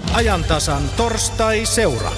Ajantasan torstai-seura.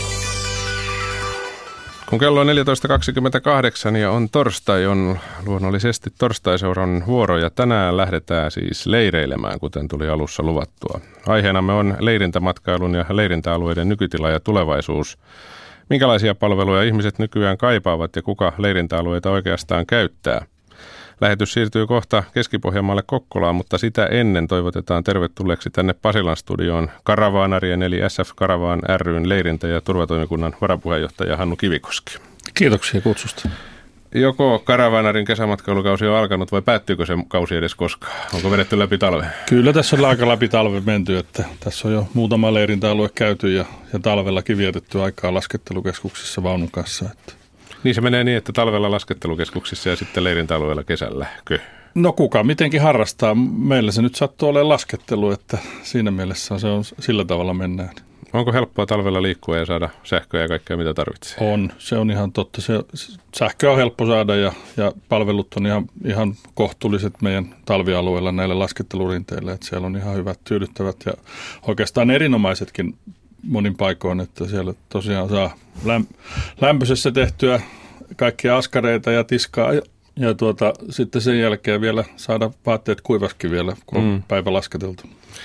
Kun kello on 14.28 ja on torstai, on luonnollisesti torstai-seuran vuoro ja tänään lähdetään siis leireilemään, kuten tuli alussa luvattua. Aiheenamme on leirintämatkailun ja leirintäalueiden nykytila ja tulevaisuus. Minkälaisia palveluja ihmiset nykyään kaipaavat ja kuka leirintäalueita oikeastaan käyttää? Lähetys siirtyy kohta Keski-Pohjanmaalle Kokkolaan, mutta sitä ennen toivotetaan tervetulleeksi tänne Pasilan studioon Karavaanarien eli SF Karavaan ry:n leirintä- ja turvatoimikunnan varapuheenjohtaja Hannu Kivikoski. Kiitoksia kutsusta. Joko Karavaanarin kesämatkailukausi on alkanut vai päättyykö se kausi edes koskaan? Onko vedetty läpi talven? Kyllä tässä on aika läpi talven menty, että tässä on jo muutama leirintäalue käyty ja talvellakin vietetty aikaa laskettelukeskuksissa vaunun kanssa. Niin se menee niin, että talvella laskettelukeskuksissa ja sitten leirintäalueella kesälläkö? No kuka mitenkin harrastaa. Meillä se nyt sattuu olemaan laskettelu, että siinä mielessä se on sillä tavalla mennään. Onko helppoa talvella liikkua ja saada sähköä ja kaikkea mitä tarvitsee? On, se on ihan totta. Sähköä on helppo saada ja palvelut on ihan kohtuulliset meidän talvialueella näille laskettelurinteille. Että siellä on ihan hyvät, tyydyttävät ja oikeastaan erinomaisetkin monin paikoin, että siellä tosiaan saa lämpöisessä tehtyä kaikkia askareita ja tiskaa ja sitten sen jälkeen vielä saada vaatteet kuivaskin vielä, kun on päivä lasketeltu.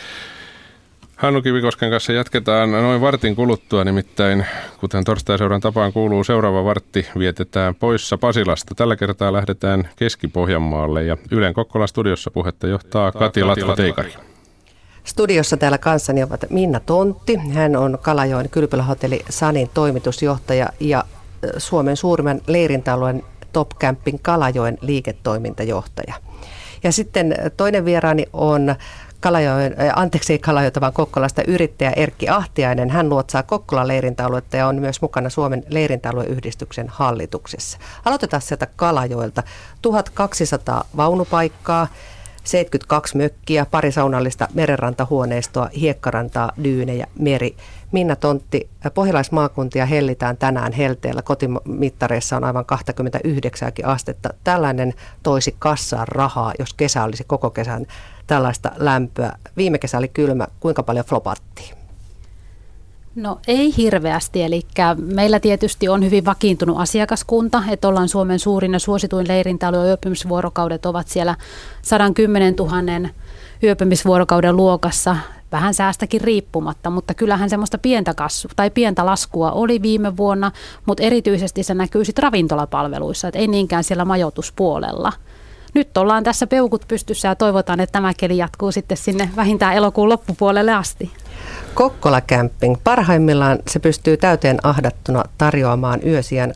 Hannu Kivikosken kanssa jatketaan noin vartin kuluttua, nimittäin kuten torstai-seuran tapaan kuuluu, seuraava vartti vietetään poissa Pasilasta. Tällä kertaa lähdetään Keski-Pohjanmaalle ja Ylen Kokkolan studiossa puhetta johtaa Kati Latva-Teikari. Studiossa täällä kanssani ovat Minna Tontti. Hän on Kalajoen kylpylähotelli Sanin toimitusjohtaja ja Suomen suurimman leirintäalueen Top Camping Kalajoen liiketoimintajohtaja. Ja sitten toinen vieraani on Kalajoeta, vaan Kokkolasta yrittäjä Erkki Ahtiainen. Hän luotsaa Kokkolan leirintäaluetta ja on myös mukana Suomen leirintäalueyhdistyksen hallituksessa. Aloitetaan sieltä Kalajoelta. 1200 vaunupaikkaa. 72 mökkiä, pari saunallista merenrantahuoneistoa, hiekkarantaa, dyynejä, meri. Minna Tontti, pohjalaismaakuntia hellitään tänään helteellä. Kotimittareissa on aivan 29 astetta. Tällainen toisi kassaan rahaa, jos kesä olisi koko kesän tällaista lämpöä. Viime kesä oli kylmä. Kuinka paljon flopattiin? No ei hirveästi, eli meillä tietysti on hyvin vakiintunut asiakaskunta, että ollaan Suomen suurin ja suosituin leirintäalue, yöpymisvuorokaudet ovat siellä 110 000 yöpymisvuorokauden luokassa, vähän säästäkin riippumatta, mutta kyllähän semmoista pientä laskua oli viime vuonna, mutta erityisesti se näkyy sitten ravintolapalveluissa, että ei niinkään siellä majoituspuolella. Nyt ollaan tässä peukut pystyssä ja toivotaan, että tämä keli jatkuu sitten sinne vähintään elokuun loppupuolelle asti. Kokkola Camping. Parhaimmillaan se pystyy täyteen ahdattuna tarjoamaan yösiän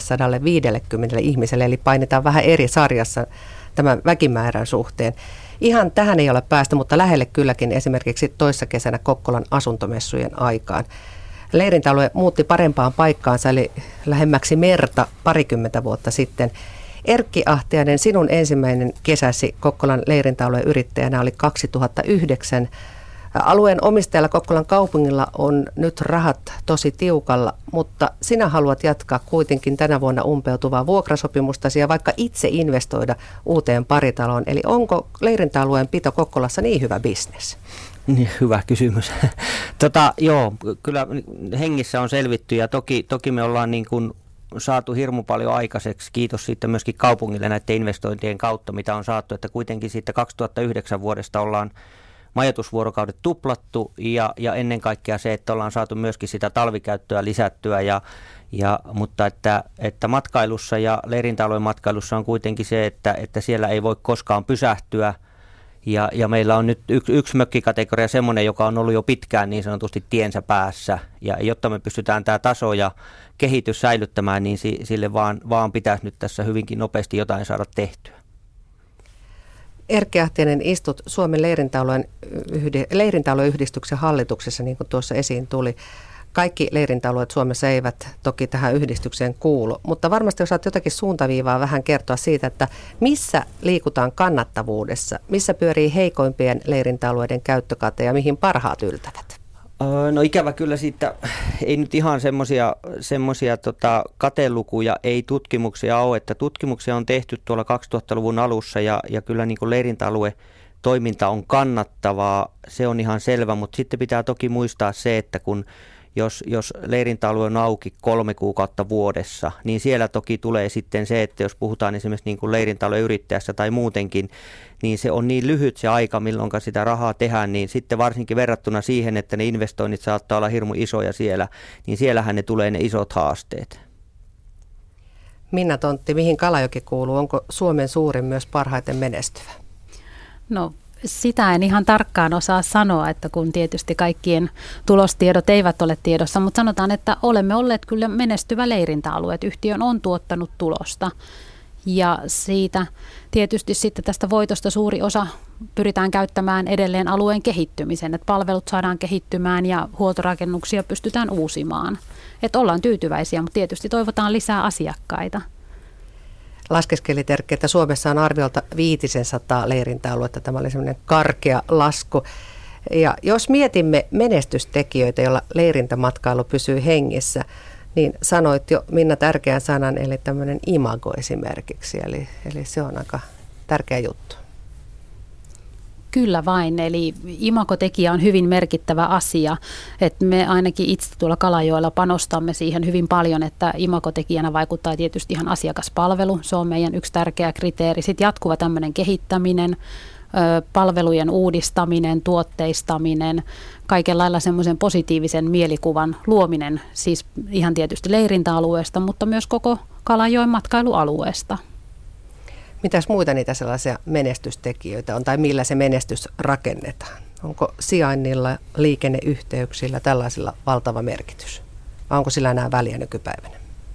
250 ihmiselle, eli painetaan vähän eri sarjassa tämän väkimäärän suhteen. Ihan tähän ei ole päästä, mutta lähelle kylläkin esimerkiksi toissa kesänä Kokkolan asuntomessujen aikaan. Leirintäalue muutti parempaan paikkaansa, eli lähemmäksi merta parikymmentä vuotta sitten. Erkki Ahtiainen, sinun ensimmäinen kesäsi Kokkolan leirintäalueen yrittäjänä oli 2009. Alueen omistajalla Kokkolan kaupungilla on nyt rahat tosi tiukalla, mutta sinä haluat jatkaa kuitenkin tänä vuonna umpeutuvaa vuokrasopimustasi ja vaikka itse investoida uuteen paritaloon. Eli onko leirintäalueen pito Kokkolassa niin hyvä bisnes? Hyvä kysymys. Joo, kyllä hengissä on selvitty ja toki me ollaan niin kuin saatu hirmu paljon aikaiseksi. Kiitos siitä myöskin kaupungille näiden investointien kautta, mitä on saatu, että kuitenkin siitä 2009 vuodesta ollaan majoitusvuorokaudet tuplattu ja ennen kaikkea se, että ollaan saatu myöskin sitä talvikäyttöä lisättyä, mutta että matkailussa ja leirintäalueen matkailussa on kuitenkin se, että siellä ei voi koskaan pysähtyä ja meillä on nyt yksi mökkikategoria semmoinen, joka on ollut jo pitkään niin sanotusti tiensä päässä ja jotta me pystytään tämä taso ja kehitys säilyttämään, niin sille vaan pitäisi nyt tässä hyvinkin nopeasti jotain saada tehtyä. Erkki Ahtiainen, istut Suomen leirintäalueyhdistyksen hallituksessa, niin kuin tuossa esiin tuli. Kaikki leirintäalueet Suomessa eivät toki tähän yhdistykseen kuulu, mutta varmasti osaat jotakin suuntaviivaa vähän kertoa siitä, että missä liikutaan kannattavuudessa, missä pyörii heikoimpien leirintäalueiden käyttökate ja mihin parhaat yltävät? No ikävä kyllä siitä ei nyt ihan semmoisia katelukuja, ei tutkimuksia ole, että tutkimuksia on tehty tuolla 2000-luvun alussa ja kyllä niin kuin leirintäalue toiminta on kannattavaa, se on ihan selvä, mutta sitten pitää toki muistaa se, että jos leirintäalue on auki 3 kuukautta vuodessa, niin siellä toki tulee sitten se, että jos puhutaan esimerkiksi niin kuin leirintäalueyrittäjästä tai muutenkin, niin se on niin lyhyt se aika, milloin sitä rahaa tehdään, niin sitten varsinkin verrattuna siihen, että ne investoinnit saattaa olla hirmu isoja siellä, niin siellähän ne tulee ne isot haasteet. Minna Tontti, mihin Kalajoki kuuluu? Onko Suomen suurin myös parhaiten menestyvä? No sitä en ihan tarkkaan osaa sanoa, että kun tietysti kaikkien tulostiedot eivät ole tiedossa, mutta sanotaan, että olemme olleet kyllä menestyvä leirintäalue, että yhtiö on tuottanut tulosta. Ja siitä tietysti sitten tästä voitosta suuri osa pyritään käyttämään edelleen alueen kehittymiseen, että palvelut saadaan kehittymään ja huoltorakennuksia pystytään uusimaan. Että ollaan tyytyväisiä, mutta tietysti toivotaan lisää asiakkaita. Laskeskeli Terkki, että Suomessa on arviolta 500 leirintäaluetta. Tämä oli semmoinen karkea lasku. Ja jos mietimme menestystekijöitä, joilla leirintämatkailu pysyy hengissä, niin sanoit jo Minna tärkeän sanan, eli tämmöinen imago esimerkiksi. Eli se on aika tärkeä juttu. Kyllä vain, eli imagotekijä on hyvin merkittävä asia, että me ainakin itse tuolla Kalajoella panostamme siihen hyvin paljon, että imagotekijänä vaikuttaa tietysti ihan asiakaspalvelu, se on meidän yksi tärkeä kriteeri. Sitten jatkuva tämmöinen kehittäminen, palvelujen uudistaminen, tuotteistaminen, kaiken lailla semmoisen positiivisen mielikuvan luominen, siis ihan tietysti leirintäalueesta, mutta myös koko Kalajoen matkailualueesta. Mitäs muita niitä sellaisia menestystekijöitä on, tai millä se menestys rakennetaan? Onko sijainnilla, liikenneyhteyksillä, tällaisilla valtava merkitys? Vai onko sillä enää väliä nykypäivänä?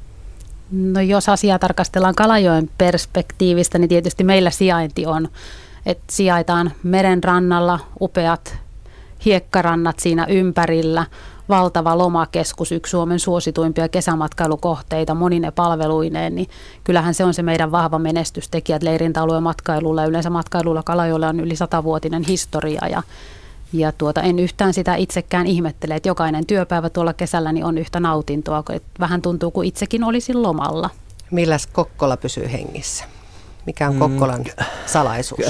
No jos asiaa tarkastellaan Kalajoen perspektiivistä, niin tietysti meillä sijainti on, että sijaitaan meren rannalla, upeat hiekkarannat siinä ympärillä, valtava lomakeskus, yksi Suomen suosituimpia kesämatkailukohteita monine palveluineen, niin kyllähän se on se meidän vahva menestystekijä, että leirintäalueen matkailulla ja yleensä matkailulla Kalajoella on yli 100-vuotinen historia ja en yhtään sitä itsekään ihmettele, että jokainen työpäivä tuolla kesällä niin on yhtä nautintoa, että vähän tuntuu kuin itsekin olisin lomalla. Milläs Kokkola pysyy hengissä? Mikä on Kokkolan salaisuus?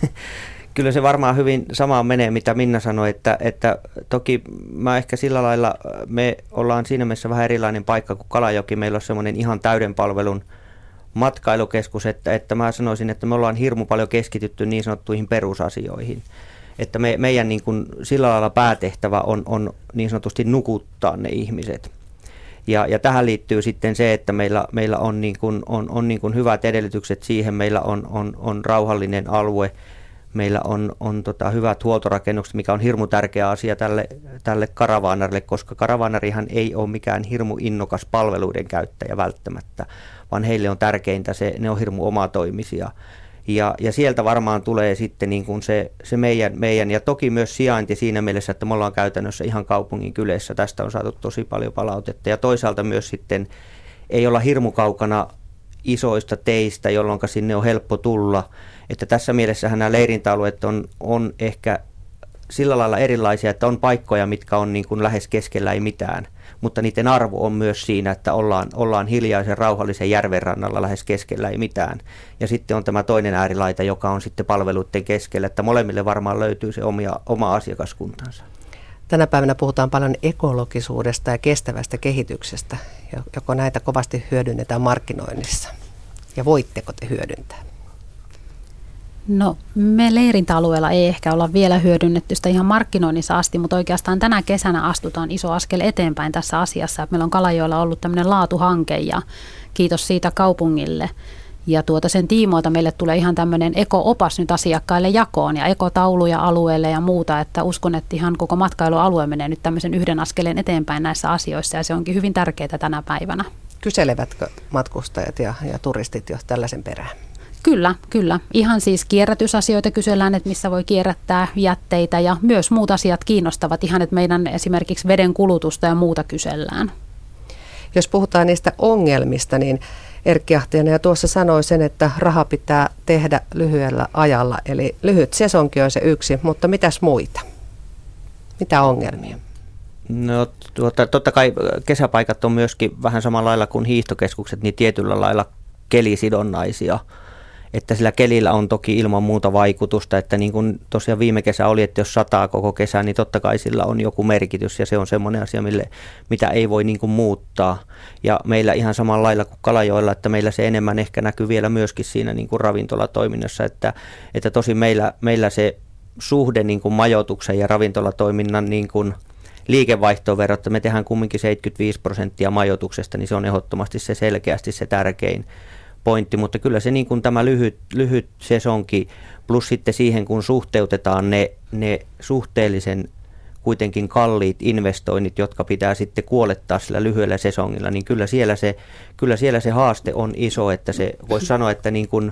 Kyllä se varmaan hyvin samaan menee, mitä Minna sanoi, että toki mä ehkä sillä lailla, me ollaan siinä mielessä vähän erilainen paikka kuin Kalajoki. Meillä on semmoinen ihan täyden palvelun matkailukeskus, että mä sanoisin, että me ollaan hirmu paljon keskitytty niin sanottuihin perusasioihin. Että meidän niin kuin sillä lailla päätehtävä on niin sanotusti nukuttaa ne ihmiset. Ja tähän liittyy sitten se, että meillä on, niin kuin hyvät edellytykset siihen, meillä on rauhallinen alue, meillä on hyvät huoltorakennukset, mikä on hirmu tärkeä asia tälle karavaanarille, koska karavaanarihan ei ole mikään hirmu innokas palveluiden käyttäjä välttämättä, vaan heille on tärkeintä ne on hirmu omatoimisia. Ja sieltä varmaan tulee sitten niin kuin se meidän, ja toki myös sijainti siinä mielessä, että me ollaan käytännössä ihan kaupungin kylässä. Tästä on saatu tosi paljon palautetta. Ja toisaalta myös sitten ei olla hirmu kaukana isoista teistä, jolloin sinne on helppo tulla. Että tässä mielessähän nämä leirintäalueet on ehkä sillä lailla erilaisia, että on paikkoja, mitkä on niin kuin lähes keskellä ei mitään. Mutta niiden arvo on myös siinä, että ollaan hiljaisen rauhallisen järven rannalla lähes keskellä ei mitään. Ja sitten on tämä toinen äärilaita, joka on sitten palveluiden keskellä, että molemmille varmaan löytyy se oma asiakaskuntansa. Tänä päivänä puhutaan paljon ekologisuudesta ja kestävästä kehityksestä, joko näitä kovasti hyödynnetään markkinoinnissa. Ja voitteko te hyödyntää? No me leirintäalueella ei ehkä olla vielä hyödynnetty sitä ihan markkinoinnissa asti, mutta oikeastaan tänä kesänä astutaan iso askel eteenpäin tässä asiassa. Meillä on Kalajoella ollut tämmöinen laatuhanke ja kiitos siitä kaupungille. Ja sen tiimoilta meille tulee ihan tämmöinen eko-opas nyt asiakkaille jakoon ja ekotauluja alueelle ja muuta, että uskon, että ihan koko matkailualue menee nyt tämmöisen yhden askeleen eteenpäin näissä asioissa ja se onkin hyvin tärkeää tänä päivänä. Kyselevätkö matkustajat ja turistit jo tällaisen perään? Kyllä. Ihan siis kierrätysasioita kysellään, että missä voi kierrättää jätteitä ja myös muut asiat kiinnostavat ihan, että meidän esimerkiksi veden kulutusta ja muuta kysellään. Jos puhutaan niistä ongelmista, niin Erkki Ahtiainen jo tuossa sanoi sen, että raha pitää tehdä lyhyellä ajalla. Eli lyhyt sesonki on se yksi, mutta mitäs muita? Mitä ongelmia? No totta kai kesäpaikat on myöskin vähän samalla lailla kuin hiihtokeskukset, niin tietyllä lailla kelisidonnaisia. että sillä kelillä on toki ilman muuta vaikutusta, että niin kuin tosiaan viime kesä oli, että jos sataa koko kesän, niin totta kai sillä on joku merkitys ja se on semmoinen asia, mitä ei voi niin kuin muuttaa. Ja meillä ihan samalla lailla kuin Kalajoella, että meillä se enemmän ehkä näkyy vielä myöskin siinä niin kuin ravintolatoiminnassa, että tosi meillä se suhde niin kuin majoituksen ja ravintolatoiminnan niin kuin liikevaihtoon verrattuna, me tehdään kumminkin 75% majoituksesta, niin se on ehdottomasti se selkeästi se tärkein pointti, mutta kyllä se niin kuin tämä lyhyt sesonki plus sitten siihen, kun suhteutetaan ne suhteellisen kuitenkin kalliit investoinnit, jotka pitää sitten kuolettaa sillä lyhyellä sesongilla, niin kyllä siellä se haaste on iso, että se voisi sanoa, että niin kuin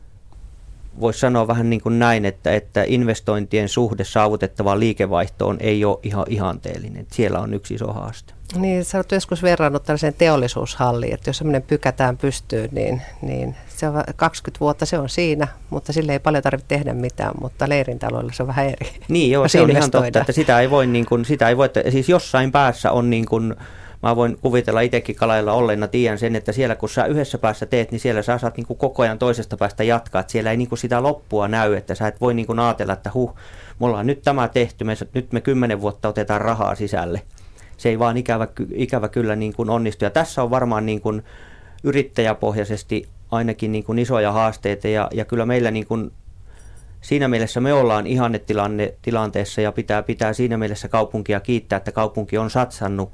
voisi sanoa vähän niin kuin näin, että investointien suhde saavutettavaan liikevaihtoon ei ole ihan ihanteellinen. Siellä on yksi iso haaste. Niin, sä olet joskus verrannut tällaiseen teollisuushalliin, että jos semmoinen pykätään pystyyn, niin se on 20 vuotta se on siinä, mutta sille ei paljon tarvitse tehdä mitään, mutta leirintäalueella se on vähän eri. Niin joo, se on ihan totta, että sitä ei voi, siis jossain päässä on niin kuin, mä voin kuvitella itsekin Kalajalla olleena, tiedän sen, että siellä kun sä yhdessä päässä teet, niin siellä sä saat niin kuin koko ajan toisesta päästä jatkaa. Että siellä ei niin kuin sitä loppua näy, että sä et voi niin kuin ajatella, että me ollaan nyt tämä tehty, nyt me 10 vuotta otetaan rahaa sisälle. Se ei vaan ikävä kyllä niin kuin onnistu. Ja tässä on varmaan niin kuin yrittäjäpohjaisesti ainakin niin kuin isoja haasteita ja kyllä meillä niin kuin siinä mielessä me ollaan ihannetilanteessa ja pitää siinä mielessä kaupunkia kiittää, että kaupunki on satsannut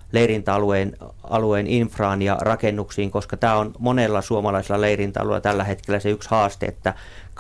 leirintäalueen infraan ja rakennuksiin, koska tämä on monella suomalaisella leirintäalueella tällä hetkellä se yksi haaste, että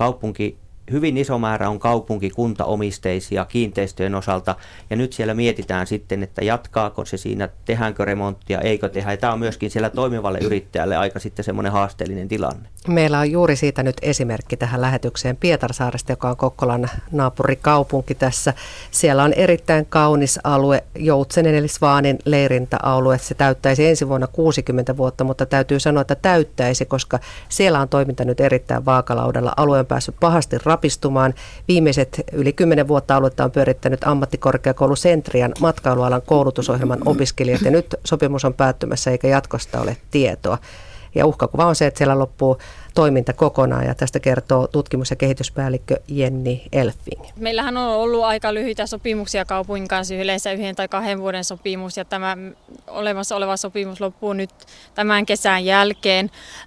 hyvin iso määrä on kuntaomisteisia kiinteistöjen osalta, ja nyt siellä mietitään sitten, että jatkaako se siinä, tehdäänkö remonttia, eikö tehdä, ja tämä on myöskin siellä toimivalle yrittäjälle aika sitten semmoinen haasteellinen tilanne. Meillä on juuri siitä nyt esimerkki tähän lähetykseen Pietarsaaresta, joka on Kokkolan naapurikaupunki tässä. Siellä on erittäin kaunis alue, Joutsenen eli Svaanin leirintäalue. Se täyttäisi ensi vuonna 60 vuotta, mutta täytyy sanoa, että täyttäisi, koska siellä on toiminta nyt erittäin vaakalaudalla. Alue on päässyt pahasti rapistumaan. Viimeiset yli 10 vuotta aluetta on pyörittänyt ammattikorkeakoulu Centrian matkailualan koulutusohjelman opiskelijat, ja nyt sopimus on päättymässä eikä jatkosta ole tietoa. Ja uhkakuva on se, että siellä loppuu toiminta kokonaan, ja tästä kertoo tutkimus- ja kehityspäällikkö Jenni Elfing. Meillähän on ollut aika lyhyitä sopimuksia kaupungin kanssa, yleensä 1 tai 2 vuoden sopimus, ja tämä olemassa oleva sopimus loppuu nyt tämän kesän jälkeen.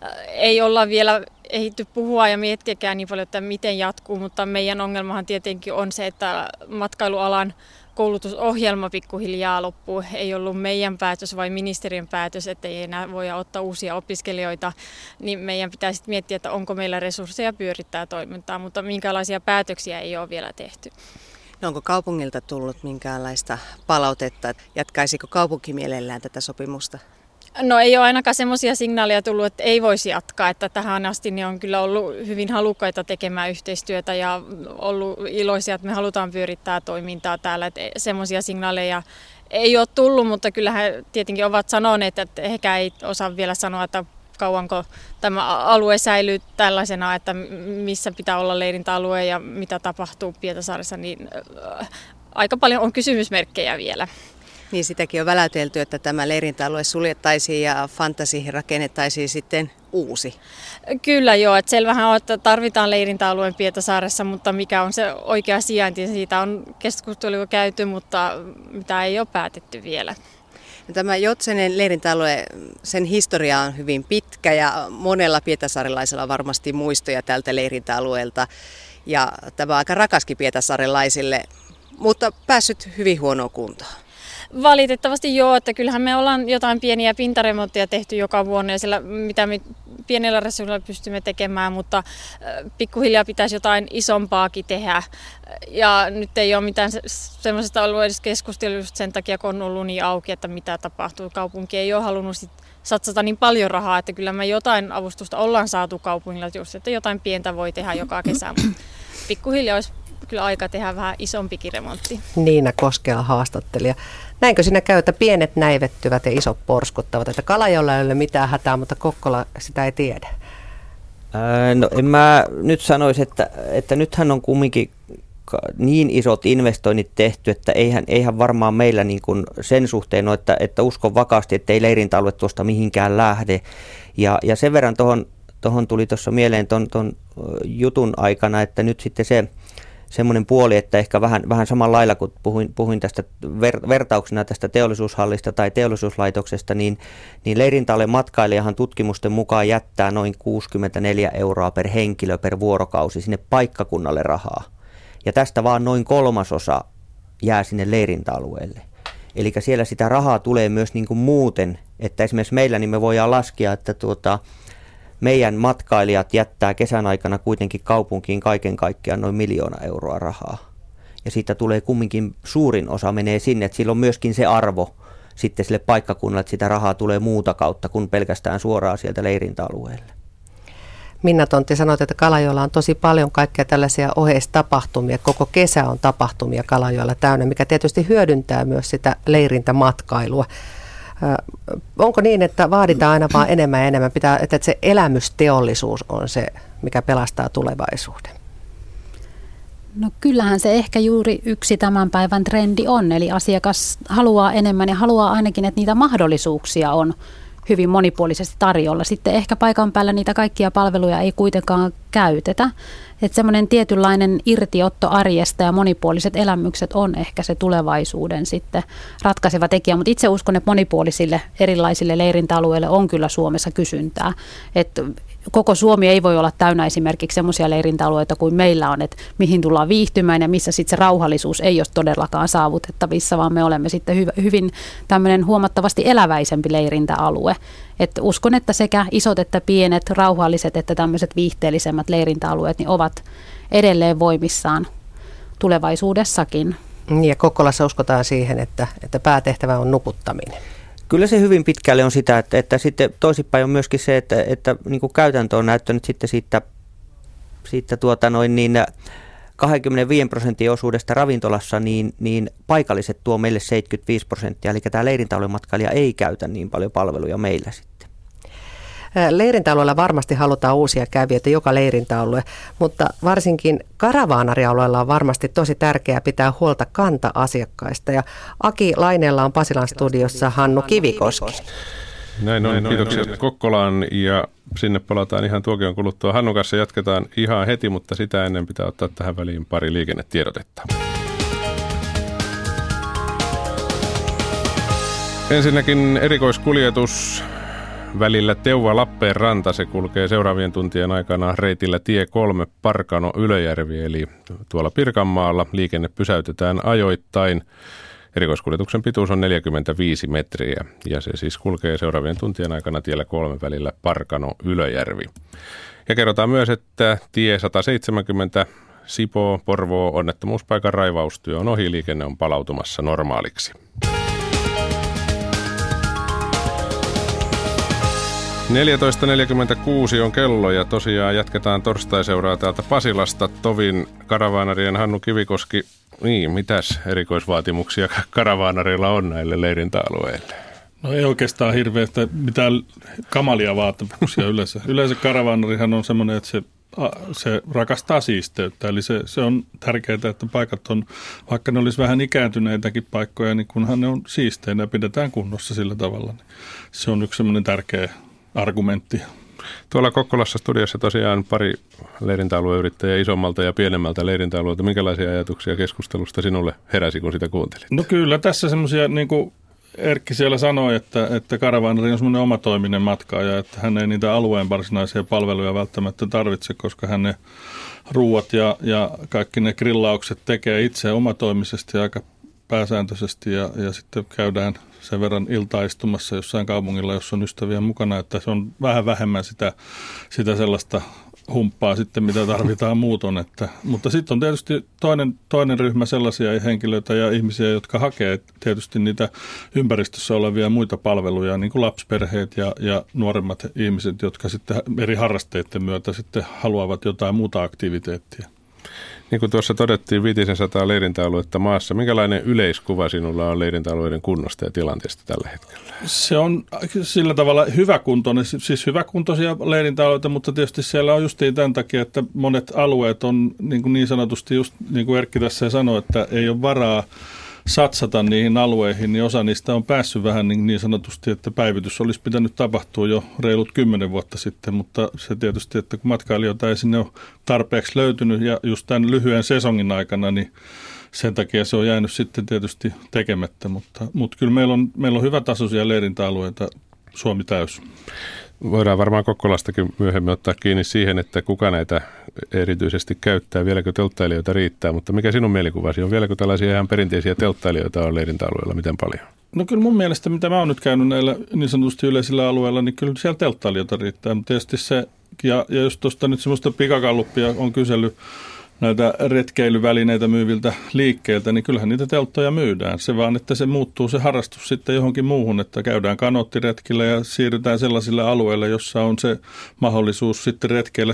Ei olla vielä ehditty puhua ja miettiäkään niin paljon, että miten jatkuu, mutta meidän ongelmahan tietenkin on se, että matkailualan koulutusohjelma pikkuhiljaa loppuu. Ei ollut meidän päätös vai ministeriön päätös, että ei enää voi ottaa uusia opiskelijoita, niin meidän pitää sitten miettiä, että onko meillä resursseja pyörittää toimintaa, mutta minkälaisia päätöksiä ei ole vielä tehty. No onko kaupungilta tullut minkäänlaista palautetta, jatkaisiko kaupunki mielellään tätä sopimusta? No ei ole ainakaan semmoisia signaaleja tullut, että ei voisi jatkaa, että tähän asti niin on kyllä ollut hyvin halukkaita tekemään yhteistyötä ja ollut iloisia, että me halutaan pyörittää toimintaa täällä, että semmoisia signaaleja ei ole tullut, mutta kyllä he tietenkin ovat sanoneet, että ehkä ei osaa vielä sanoa, että kauanko tämä alue säilyy tällaisena, että missä pitää olla leirintäalue ja mitä tapahtuu Pietarsaaressa, niin aika paljon on kysymysmerkkejä vielä. Niin sitäkin on väläytelty, että tämä leirintäalue suljettaisiin ja fantasiin rakennettaisiin sitten uusi. Kyllä joo, että selvähän on, että tarvitaan leirintäalueen Pietarsaaressa, mutta mikä on se oikea sijainti, siitä on keskustelua käyty, mutta mitä ei ole päätetty vielä. Tämä Joutsenen leirintäalue, sen historia on hyvin pitkä ja monella pietarsaarelaisella on varmasti muistoja tältä leirintäalueelta. Ja tämä on aika rakaskin pietarsaarelaisille, mutta päässyt hyvin huonoon kuntoon. Valitettavasti joo, että kyllähän me ollaan jotain pieniä pintaremontteja tehty joka vuonna ja sillä, mitä me pienellä resurssilla pystymme tekemään, mutta pikkuhiljaa pitäisi jotain isompaakin tehdä. Ja nyt ei ole mitään semmoisesta ollut edes keskustelusta sen takia, kun on ollut niin auki, että mitä tapahtuu. Kaupunki ei ole halunnut satsata niin paljon rahaa, että kyllä me jotain avustusta ollaan saatu kaupungilla just, että jotain pientä voi tehdä joka kesä, mutta pikkuhiljaa olisi kyllä aika tehdä vähän isompikin remontti. Niina Koskela haastattelija. Näinkö siinä käy, että pienet näivettyvät ja isot porskuttavat? Että Kalajoella ei ole mitään hätää, mutta Kokkola sitä ei tiedä. No en mä nyt sanoisi, että nythän on kumminkin niin isot investoinnit tehty, että eihän varmaan meillä niin kuin sen suhteen ole, että uskon vakaasti, että ei leirintäalue tuosta mihinkään lähde. Ja sen verran tuohon tuohon tuli tuossa mieleen ton jutun aikana, että nyt sitten se semmoinen puoli, että ehkä vähän samalla lailla, kun puhuin tästä vertauksena tästä teollisuushallista tai teollisuuslaitoksesta, niin leirintäalueen matkailijahan tutkimusten mukaan jättää noin 64 € per henkilö per vuorokausi sinne paikkakunnalle rahaa. Ja tästä vaan noin 1/3 jää sinne leirintäalueelle. Eli siellä sitä rahaa tulee myös niin kuin muuten, että esimerkiksi meillä niin me voidaan laskea, että meidän matkailijat jättää kesän aikana kuitenkin kaupunkiin kaiken kaikkiaan noin 1 000 000 € rahaa. Ja siitä tulee kumminkin suurin osa menee sinne, että sillä on myöskin se arvo sitten sille paikkakunnalle, että sitä rahaa tulee muuta kautta kuin pelkästään suoraan sieltä leirintäalueelle. Minna Tontti, sanoit, että Kalajoella on tosi paljon kaikkia tällaisia oheistapahtumia. Koko kesä on tapahtumia Kalajoella täynnä, mikä tietysti hyödyntää myös sitä leirintämatkailua. Onko niin, että vaaditaan aina vaan enemmän ja enemmän, että se elämysteollisuus on se, mikä pelastaa tulevaisuuden? No kyllähän se ehkä juuri yksi tämän päivän trendi on, eli asiakas haluaa enemmän ja haluaa ainakin, että niitä mahdollisuuksia on hyvin monipuolisesti tarjolla. Sitten ehkä paikan päällä niitä kaikkia palveluja ei kuitenkaan käytetä. Että semmoinen tietynlainen irtiotto arjesta ja monipuoliset elämykset on ehkä se tulevaisuuden sitten ratkaiseva tekijä. Mutta itse uskon, että monipuolisille erilaisille leirintäalueille on kyllä Suomessa kysyntää. Että koko Suomi ei voi olla täynnä esimerkiksi semmoisia leirintäalueita kuin meillä on, että mihin tullaan viihtymään ja missä sitten se rauhallisuus ei ole todellakaan saavutettavissa, vaan me olemme sitten hyvin tämmöinen huomattavasti eläväisempi leirintäalue. Et uskon, että sekä isot että pienet, rauhalliset että tämmöiset viihteellisemmät leirintäalueet niin ovat edelleen voimissaan tulevaisuudessakin. Ja Kokkolassa uskotaan siihen, että päätehtävä on nukuttaminen. Kyllä se hyvin pitkälle on sitä, että sitten toisinpäin on myöskin se, että niin kuin käytäntö on näyttänyt sitten siitä 25% osuudesta ravintolassa, niin paikalliset tuo meille 75%, eli tämä leirintäalueen matkailija ei käytä niin paljon palveluja meillä sitten. Leirintäalueella varmasti halutaan uusia kävijöitä, joka leirintäalue, mutta varsinkin karavaanarialueella on varmasti tosi tärkeää pitää huolta kanta-asiakkaista. Ja Aki Laineella on Pasilan studiossa Hannu Kivikoski. Näin on, kiitoksia Kokkolaan ja sinne palataan ihan tuokion kuluttua. Hannun kanssa jatketaan ihan heti, mutta sitä ennen pitää ottaa tähän väliin pari liikennetiedotetta. Ensinnäkin erikoiskuljetus välillä Teuva-Lappeenranta. Se kulkee seuraavien tuntien aikana reitillä tie 3 Parkano-Ylöjärvi, eli tuolla Pirkanmaalla. Liikenne pysäytetään ajoittain. Erikoiskuljetuksen pituus on 45 metriä ja se siis kulkee seuraavien tuntien aikana tiellä 3 välillä Parkano-Ylöjärvi. Ja kerrotaan myös, että tie 170 Sipoo-Porvoo onnettomuuspaikan raivaustyö on ohi, liikenne on palautumassa normaaliksi. 14.46 on kello ja tosiaan jatketaan torstaiseuraa täältä Pasilasta. Tovin karavaanarien Hannu Kivikoski. Niin, mitäs erikoisvaatimuksia karavaanarilla on näille leirintäalueille? No ei oikeastaan hirveästi mitään kamalia vaatimuksia yleensä. Yleensä karavaanarihan on semmoinen, että se rakastaa siisteyttä. Eli se on tärkeää, että paikat on, vaikka ne olisi vähän ikääntyneitäkin paikkoja, niin kunhan ne on siisteinä ja pidetään kunnossa sillä tavalla. Niin se on yksi semmoinen tärkeä argumentti. Tuolla Kokkolassa studiossa tosiaan pari leirintäalueyrittäjää isommalta ja pienemmältä leirintäalueelta. Minkälaisia ajatuksia keskustelusta sinulle heräsi, kun sitä kuuntelit? No kyllä tässä semmoisia, niin kuin Erkki siellä sanoi, että karavaanari on semmoinen omatoiminen matkaaja, että hän ei niitä alueen varsinaisia palveluja välttämättä tarvitse, koska hän ne ruuat ja kaikki ne grillaukset tekee itse omatoimisesti aika pääsääntöisesti ja sitten käydään sen verran iltaistumassa jossain kaupungilla, jossa on ystäviä mukana, että se on vähän vähemmän sitä sellaista humppaa sitten, mitä tarvitaan muuton. Mutta sitten on tietysti toinen ryhmä sellaisia henkilöitä ja ihmisiä, jotka hakee tietysti niitä ympäristössä olevia muita palveluja, niin kuin lapsiperheet ja nuoremmat ihmiset, jotka sitten eri harrasteiden myötä sitten haluavat jotain muuta aktiviteettia. Niin kuin tuossa todettiin 500 leirintäaluetta maassa, minkälainen yleiskuva sinulla on leirintäalueiden kunnosta ja tilanteesta tällä hetkellä? Se on sillä tavalla hyväkuntoinen, siis hyväkuntoisia leirintäalueita, mutta tietysti siellä on justiin tämän takia, että monet alueet on niin sanotusti just niin kuin Erkki tässä sanoi, että ei ole varaa satsata niihin alueihin, niin osa niistä on päässyt vähän niin sanotusti, että päivitys olisi pitänyt tapahtua jo reilut 10 vuotta sitten, mutta se tietysti, että kun matkailijoita ei sinne ole tarpeeksi löytynyt ja just tämän lyhyen sesongin aikana, niin sen takia se on jäänyt sitten tietysti tekemättä, mutta kyllä meillä on hyvätasoisia leirintäalueita Suomi täys. Voidaan varmaan Kokkolastakin myöhemmin ottaa kiinni siihen, että kuka näitä erityisesti käyttää, vieläkö telttailijoita riittää, mutta mikä sinun mielikuvasi on? Vieläkö tällaisia ihan perinteisiä telttailijoita on leirintäalueella, miten paljon? No kyllä mun mielestä, mitä mä oon nyt käynyt näillä niin sanotusti yleisillä alueilla, niin kyllä siellä telttailijoita riittää, mutta tietysti se, ja jos tuosta nyt semmoista pikakalluppia on kysellyt näitä retkeilyvälineitä myyviltä liikkeiltä, niin kyllähän niitä telttoja myydään. Se vaan, että se muuttuu se harrastus sitten johonkin muuhun, että käydään kanoottiretkillä ja siirrytään sellaisille alueille, jossa on se mahdollisuus sitten retkeillä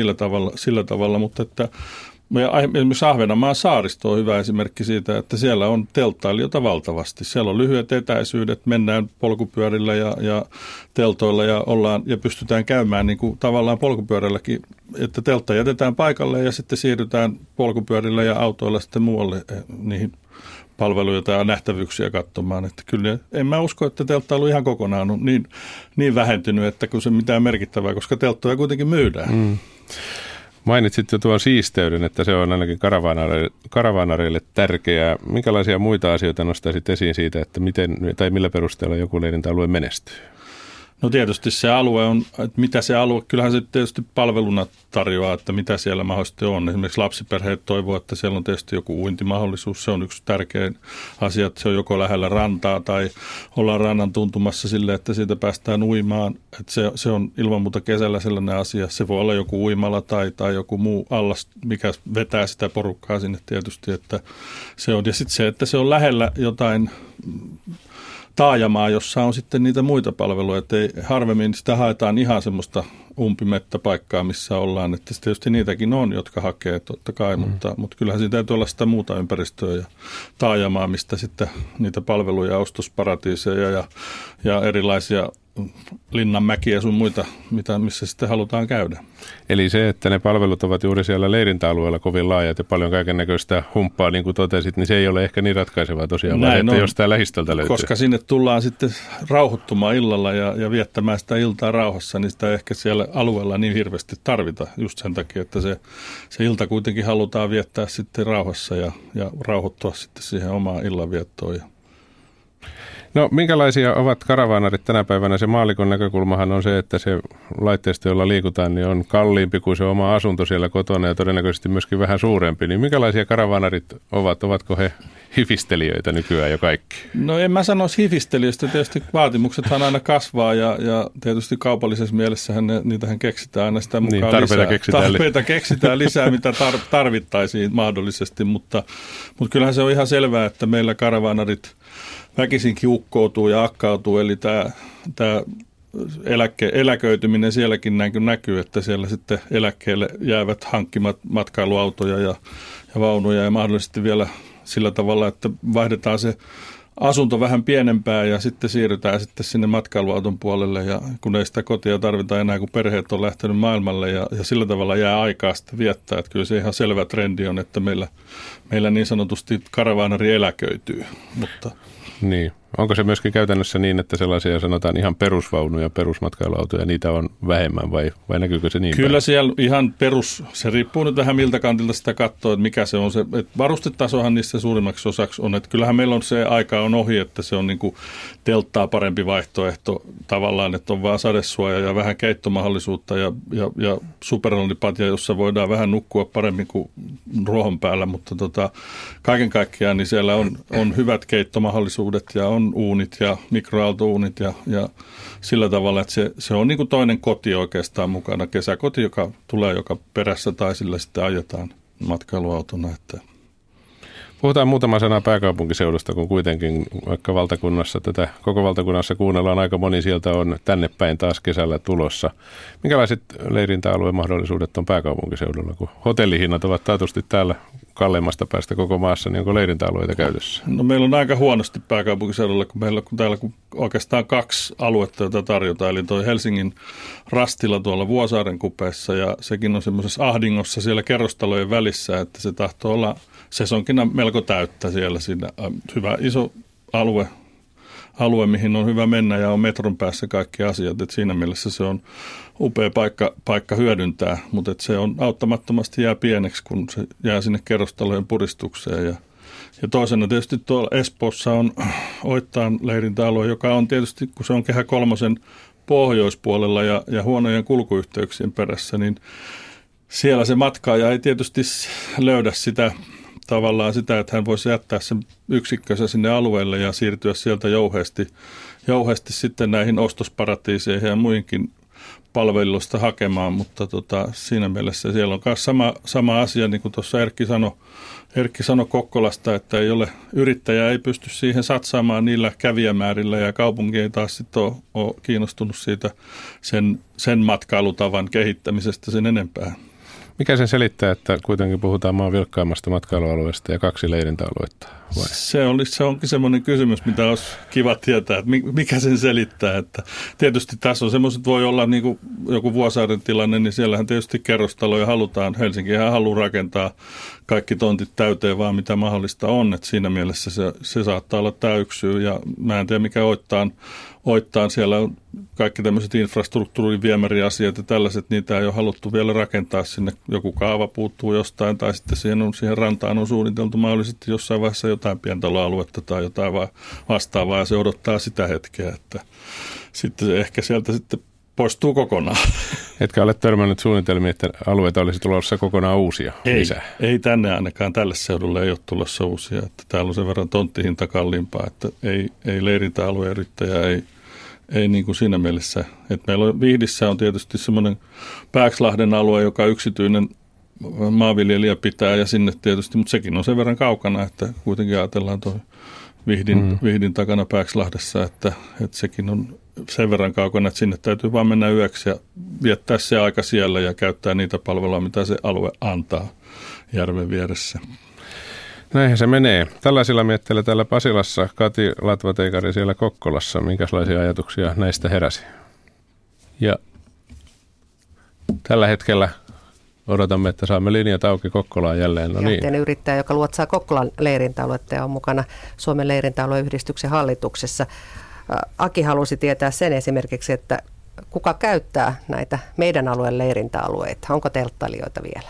sillä tavalla, mutta että esimerkiksi Ahvenanmaan saaristo on hyvä esimerkki siitä, että siellä on telttailijoita valtavasti. Siellä on lyhyet etäisyydet, mennään polkupyörillä ja teltoilla ja pystytään käymään niin kuin tavallaan polkupyörälläkin, että teltta jätetään paikalle ja sitten siirrytään polkupyörillä ja autoilla sitten muualle niihin palveluita ja nähtävyyksiä katsomaan. Että kyllä en mä usko, että telttailu ihan kokonaan on niin vähentynyt, että kun se mitään merkittävää, koska telttoja kuitenkin myydään. Mainitsit jo tuon siisteyden, että se on ainakin karavaanareille tärkeää. Minkälaisia muita asioita nostaisit esiin siitä, että miten tai millä perusteella joku leirintäalue menestyy? No tietysti se alue on, että mitä se alue, kyllähän se tietysti palveluna tarjoaa, että mitä siellä mahdollisesti on. Esimerkiksi lapsiperheet toivoo, että siellä on tietysti joku uintimahdollisuus. Se on yksi tärkein asia, että se on joko lähellä rantaa tai ollaan rannan tuntumassa sille, että siitä päästään uimaan. Että se on ilman muuta kesällä sellainen asia. Se voi olla joku uimala tai joku muu allas, mikä vetää sitä porukkaa sinne tietysti, että se on. Ja sitten se, että se on lähellä jotain taajamaa, jossa on sitten niitä muita palveluja, että harvemmin sitä haetaan ihan semmoista umpimettäpaikkaa, missä ollaan, että tietysti niitäkin on, jotka hakee totta kai, mutta kyllähän siinä täytyy olla sitä muuta ympäristöä ja taajamaa, mistä sitten niitä palveluja, ostosparatiiseja ja erilaisia linnanmäkiä sun muita, missä sitten halutaan käydä. Eli se, että ne palvelut ovat juuri siellä leirintäalueella kovin laajat ja paljon kaikennäköistä humppaa, niin kuin totesit, niin se ei ole ehkä niin ratkaisevaa tosiaan, vaan että jos tämä lähistöltä löytyy. Koska sinne tullaan sitten rauhoittumaan illalla ja viettämään sitä iltaa rauhassa, niin sitä ehkä siellä alueella niin hirveästi tarvita just sen takia, että se ilta kuitenkin halutaan viettää sitten rauhassa ja rauhoittua sitten siihen omaan illanviettoon. No minkälaisia ovat karavaanarit tänä päivänä? Se maallikon näkökulmahan on se, että se laitteisto, jolla liikutaan, niin on kalliimpi kuin se oma asunto siellä kotona ja todennäköisesti myöskin vähän suurempi. Niin minkälaisia karavaanarit ovat? Ovatko he hifistelijöitä nykyään jo kaikki? No en mä sanoisi hifistelijöistä. Tietysti vaatimuksethan aina kasvaa ja tietysti kaupallisessa mielessähän niitähän keksitään aina sitä mukaan tarpeita keksitään lisää, mitä tarvittaisiin mahdollisesti, mutta kyllähän se on ihan selvää, että meillä karavaanarit väkisinkin ukkoutuu ja akkautuu, eli tämä eläköityminen sielläkin näkyy, että siellä sitten eläkkeelle jäävät hankkimat matkailuautoja ja vaunuja ja mahdollisesti vielä sillä tavalla, että vaihdetaan se asunto vähän pienempää ja sitten siirrytään sitten sinne matkailuauton puolelle ja kun ei sitä kotia tarvita enää, kun perheet on lähtenyt maailmalle ja sillä tavalla jää aikaa sitten viettää, että kyllä se ihan selvä trendi on, että meillä niin sanotusti karavaanari eläköityy, mutta niin. Onko se myöskin käytännössä niin, että sellaisia sanotaan ihan perusvaunuja, perusmatkailuautoja, niitä on vähemmän vai näkyykö se niin? Kyllä päin? Siellä ihan se riippuu nyt vähän miltä kantilta sitä katsoo, että mikä se on se. Että varustetasohan niistä suurimmaksi osaksi on, että kyllähän meillä on se aika on ohi, että se on niin kuin telttaa parempi vaihtoehto tavallaan, että on vaan sadesuoja ja vähän keittomahdollisuutta ja superonnipatja, jossa voidaan vähän nukkua paremmin kuin ruohon päällä, mutta kaiken kaikkiaan niin siellä on hyvät keittomahdollisuudet ja on uunit ja mikroaaltouunit ja sillä tavalla, että se on niin kuin toinen koti oikeastaan mukana, kesäkoti, joka tulee joka perässä tai sillä sitten ajetaan matkailuautona. Puhutaan muutama sana pääkaupunkiseudusta, kun kuitenkin vaikka koko valtakunnassa kuunnellaan aika moni sieltä on tänne päin taas kesällä tulossa. Minkälaiset leirintäalueen mahdollisuudet on pääkaupunkiseudulla, kun hotellihinnat ovat taatusti täällä kalleimmasta päästä koko maassa, niin onko leirintäalueita käytössä? No meillä on aika huonosti pääkaupunkiseudulla, kun meillä on täällä oikeastaan 2 aluetta, joita tarjotaan. Eli toi Helsingin Rastila tuolla Vuosaaren kupeessa ja sekin on semmoisessa ahdingossa siellä kerrostalojen välissä, että se tahtoo olla sesonkina melko täyttä siellä. Siinä hyvä iso alue, mihin on hyvä mennä ja on metron päässä kaikki asiat. Et siinä mielessä se on upea paikka hyödyntää, mutta se on auttamattomasti jää pieneksi, kun se jää sinne kerrostalojen puristukseen. Ja toisena tietysti tuolla Espoossa on Oittaan leirintäalue, joka on tietysti, kun se on Kehä Kolmosen pohjoispuolella ja huonojen kulkuyhteyksien perässä, niin siellä se matkaaja ei tietysti löydä tavallaan sitä, että hän voisi jättää sen yksikkönsä sinne alueelle ja siirtyä sieltä jouheesti sitten näihin ostosparatiiseihin ja muihinkin palveluista hakemaan, mutta siinä mielessä siellä on myös sama asia, niin kuin tuossa Erkki sanoi Kokkolasta, että yrittäjä ei pysty siihen satsaamaan niillä kävijämäärillä ja kaupunki ei taas sitten ole kiinnostunut siitä sen matkailutavan kehittämisestä sen enempää. Mikä sen selittää, että kuitenkin puhutaan maan vilkkaimmasta matkailualueesta ja 2 leirintäaluetta? Vai? Se onkin semmoinen kysymys, mitä olisi kiva tietää, että mikä sen selittää. Että tietysti tässä on semmoiset, voi olla niin kuin joku Vuosaaren tilanne, niin siellähän tietysti kerrostaloja halutaan. Helsinkihän haluaa rakentaa kaikki tontit täyteen vaan mitä mahdollista on. Että siinä mielessä se saattaa olla tämä yksi syy. Ja mä en tiedä mikä Oittaan. Siellä on kaikki tämmöiset infrastruktuurin viemäriasiat ja tällaiset, niitä ei ole haluttu vielä rakentaa sinne. Joku kaava puuttuu jostain tai sitten siihen rantaan on suunniteltu mahdollisesti jossain vaiheessa jotain pientaloaluetta tai jotain vastaavaa ja se odottaa sitä hetkeä, että sitten se ehkä sieltä sitten poistuu kokonaan. Etkä ole törmännyt suunnitelmiin, että alueita olisi tulossa kokonaan uusia lisää? Ei tänne ainakaan tälle seudulle ei ole tulossa uusia. Että täällä on sen verran tonttihinta kalliimpaa, että ei leirintäalueen yrittäjä ei niin kuin siinä mielessä. Että meillä on Vihdissä on tietysti semmoinen Pääkslahden alue, joka yksityinen maanviljelijä pitää ja sinne tietysti, mutta sekin on sen verran kaukana, että kuitenkin ajatellaan tuo Vihdin takana Pääkslahdessa, että sekin on sen verran kaukana, että sinne täytyy vaan mennä yöksi ja viettää se aika siellä ja käyttää niitä palveluja, mitä se alue antaa järven vieressä. Näinhän se menee. Tällaisilla mietteillä täällä Pasilassa, Kati Latvateikari siellä Kokkolassa. Minkälaisia ajatuksia näistä heräsi? Ja tällä hetkellä odotamme, että saamme linjat auki Kokkolaan jälleen. No niin. Yrittäjä, joka luotsaa Kokkolan leirintäaluetta ja on mukana Suomen leirintäalueyhdistyksen hallituksessa. Aki halusi tietää sen esimerkiksi, että kuka käyttää näitä meidän alueen leirintäalueita. Onko telttailijoita vielä?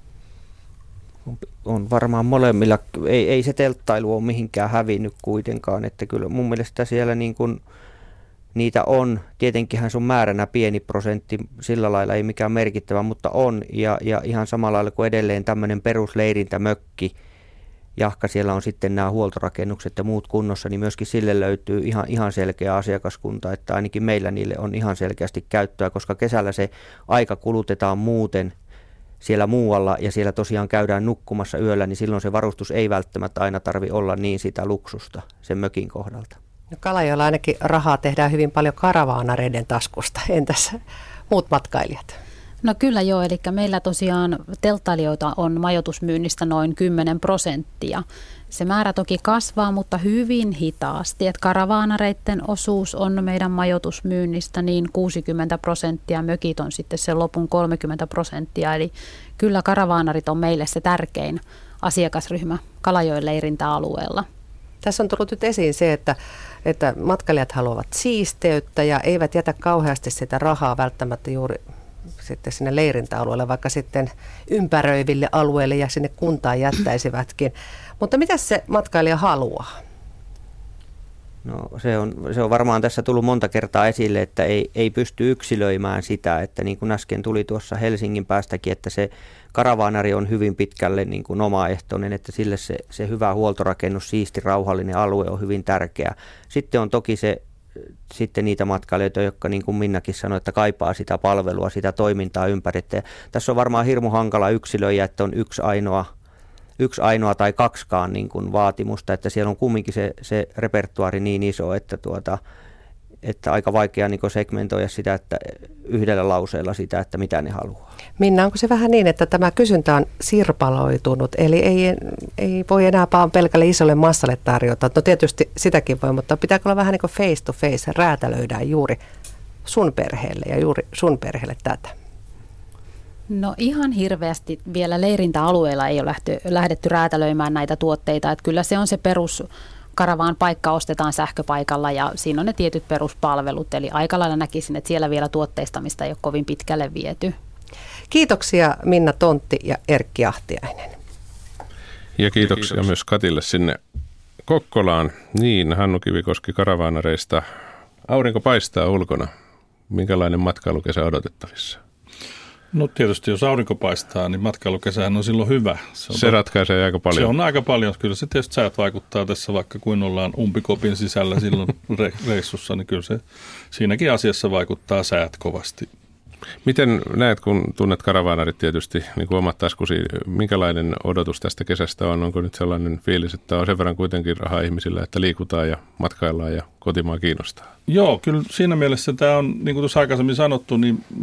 On varmaan molemmilla. Ei se telttailu ole mihinkään hävinnyt kuitenkaan. Että kyllä mun mielestä siellä niin kuin niitä on. Tietenkinhän se on määränä pieni prosentti, sillä lailla ei mikään merkittävä, mutta on. Ja ihan samalla lailla kuin edelleen tämmöinen perusleirintämökki, jahka siellä on sitten nämä huoltorakennukset ja muut kunnossa, niin myöskin sille löytyy ihan selkeä asiakaskunta, että ainakin meillä niille on ihan selkeästi käyttöä, koska kesällä se aika kulutetaan muuten siellä muualla ja siellä tosiaan käydään nukkumassa yöllä, niin silloin se varustus ei välttämättä aina tarvitse olla niin sitä luksusta sen mökin kohdalta. No Kalajoella ainakin rahaa tehdään hyvin paljon karavaanareiden taskusta. Entäs muut matkailijat? No kyllä joo, eli meillä tosiaan telttailijoita on majoitusmyynnistä noin 10%. Se määrä toki kasvaa, mutta hyvin hitaasti. Että karavaanareiden osuus on meidän majoitusmyynnistä niin 60%, mökit on sitten sen lopun 30%. Eli kyllä karavaanarit on meille se tärkein asiakasryhmä Kalajoen leirintäalueella. Tässä on tullut nyt esiin se, että matkailijat haluavat siisteyttä ja eivät jätä kauheasti sitä rahaa välttämättä juuri sitten sinne leirintäalueelle, vaikka sitten ympäröiville alueille ja sinne kuntaan jättäisivätkin. Mutta mitä se matkailija haluaa? No se on varmaan tässä tullut monta kertaa esille, että ei pysty yksilöimään sitä, että niin kuin äsken tuli tuossa Helsingin päästäkin, että se karavaanari on hyvin pitkälle niin kuin omaehtoinen, että sille se hyvä huoltorakennus, siisti, rauhallinen alue on hyvin tärkeä. Sitten on toki sitten niitä matkailijoita, jotka niin kuin Minnakin sanoi, että kaipaa sitä palvelua, sitä toimintaa ympäri. Ja tässä on varmaan hirmu hankala yksilöjä, että on yksi ainoa tai kaksikaan niin kuin vaatimusta, että siellä on kumminkin se repertuaari niin iso, että että aika vaikea niin segmentoida sitä, että yhdellä lauseella sitä, että mitä ne haluaa. Minna, onko se vähän niin, että tämä kysyntä on sirpaloitunut, eli ei voi enää vaan pelkälle isolle massalle tarjota? No tietysti sitäkin voi, mutta pitääkö olla vähän niin kuin face to face, räätälöidään juuri sun perheelle ja juuri sun perheelle tätä? No ihan hirveästi vielä leirintäalueilla ei ole lähdetty räätälöimään näitä tuotteita, että kyllä se on se perus karavaan paikka, ostetaan sähköpaikalla ja siinä on ne tietyt peruspalvelut, eli aika lailla näkisin, että siellä vielä tuotteistamista ei ole kovin pitkälle viety. Kiitoksia Minna Tontti ja Erkki Ahtiainen. Ja kiitoksia myös Katille sinne Kokkolaan. Niin, Hannu Kivikoski Karavaanareista. Aurinko paistaa ulkona. Minkälainen matkailukesä odotettavissa? No tietysti jos aurinko paistaa, niin matkailukesähän on silloin hyvä. Se ratkaisee aika paljon. Se on aika paljon. Kyllä se tietysti säät vaikuttaa tässä, vaikka kuin ollaan umpikopin sisällä silloin reissussa, niin kyllä se siinäkin asiassa vaikuttaa säät kovasti. Miten näet, kun tunnet karavaanarit tietysti niin kuin omat taskusi, minkälainen odotus tästä kesästä on? Onko nyt sellainen fiilis, että on sen verran kuitenkin rahaa ihmisillä, että liikutaan ja matkaillaan ja kotimaa kiinnostaa? Joo, kyllä siinä mielessä tämä on, niin kuin tuossa aikaisemmin sanottu,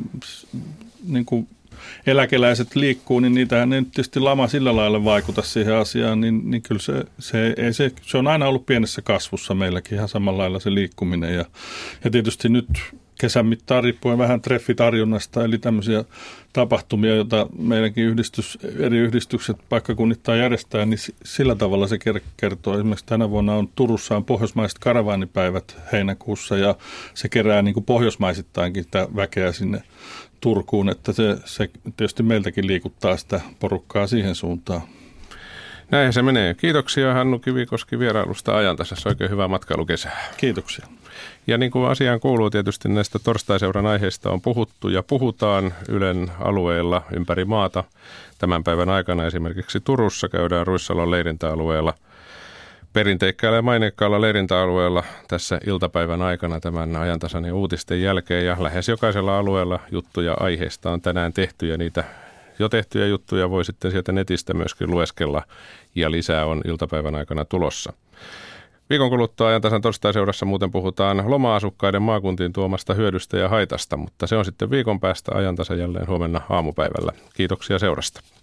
niin kuin eläkeläiset liikkuu, niin niitähän ei tietysti lama sillä lailla vaikuta siihen asiaan, niin kyllä se on aina ollut pienessä kasvussa meilläkin ihan samalla lailla se liikkuminen. Ja tietysti nyt kesän mittaan riippuen vähän treffitarjonnasta, eli tämmöisiä tapahtumia, joita meidänkin eri yhdistykset paikkakunnittain järjestää, niin sillä tavalla se kertoo. Esimerkiksi tänä vuonna on Turussa on pohjoismaiset karavaanipäivät heinäkuussa, ja se kerää niin kuin pohjoismaisittainkin sitä väkeä sinne Turkuun, että se tietysti meiltäkin liikuttaa sitä porukkaa siihen suuntaan. Näinhän se menee. Kiitoksia Hannu Kivikoski vierailusta Ajantasassa. Oikein hyvää matkailukesää. Kiitoksia. Ja niin kuin asiaan kuuluu, tietysti näistä torstai-seuran aiheista on puhuttu ja puhutaan Ylen alueella ympäri maata. Tämän päivän aikana esimerkiksi Turussa käydään Ruissalon leirintäalueella perinteikkäällä ja maineikkaalla leirintäalueella tässä iltapäivän aikana tämän Ajantasan ja uutisten jälkeen. Ja lähes jokaisella alueella juttuja aiheesta on tänään tehty ja niitä jo tehtyjä juttuja voi sitten sieltä netistä myöskin lueskella ja lisää on iltapäivän aikana tulossa. Viikon kuluttua Ajantasan torstai-seurassa muuten puhutaan loma-asukkaiden maakuntiin tuomasta hyödystä ja haitasta, mutta se on sitten viikon päästä Ajantasan jälleen huomenna aamupäivällä. Kiitoksia seurasta.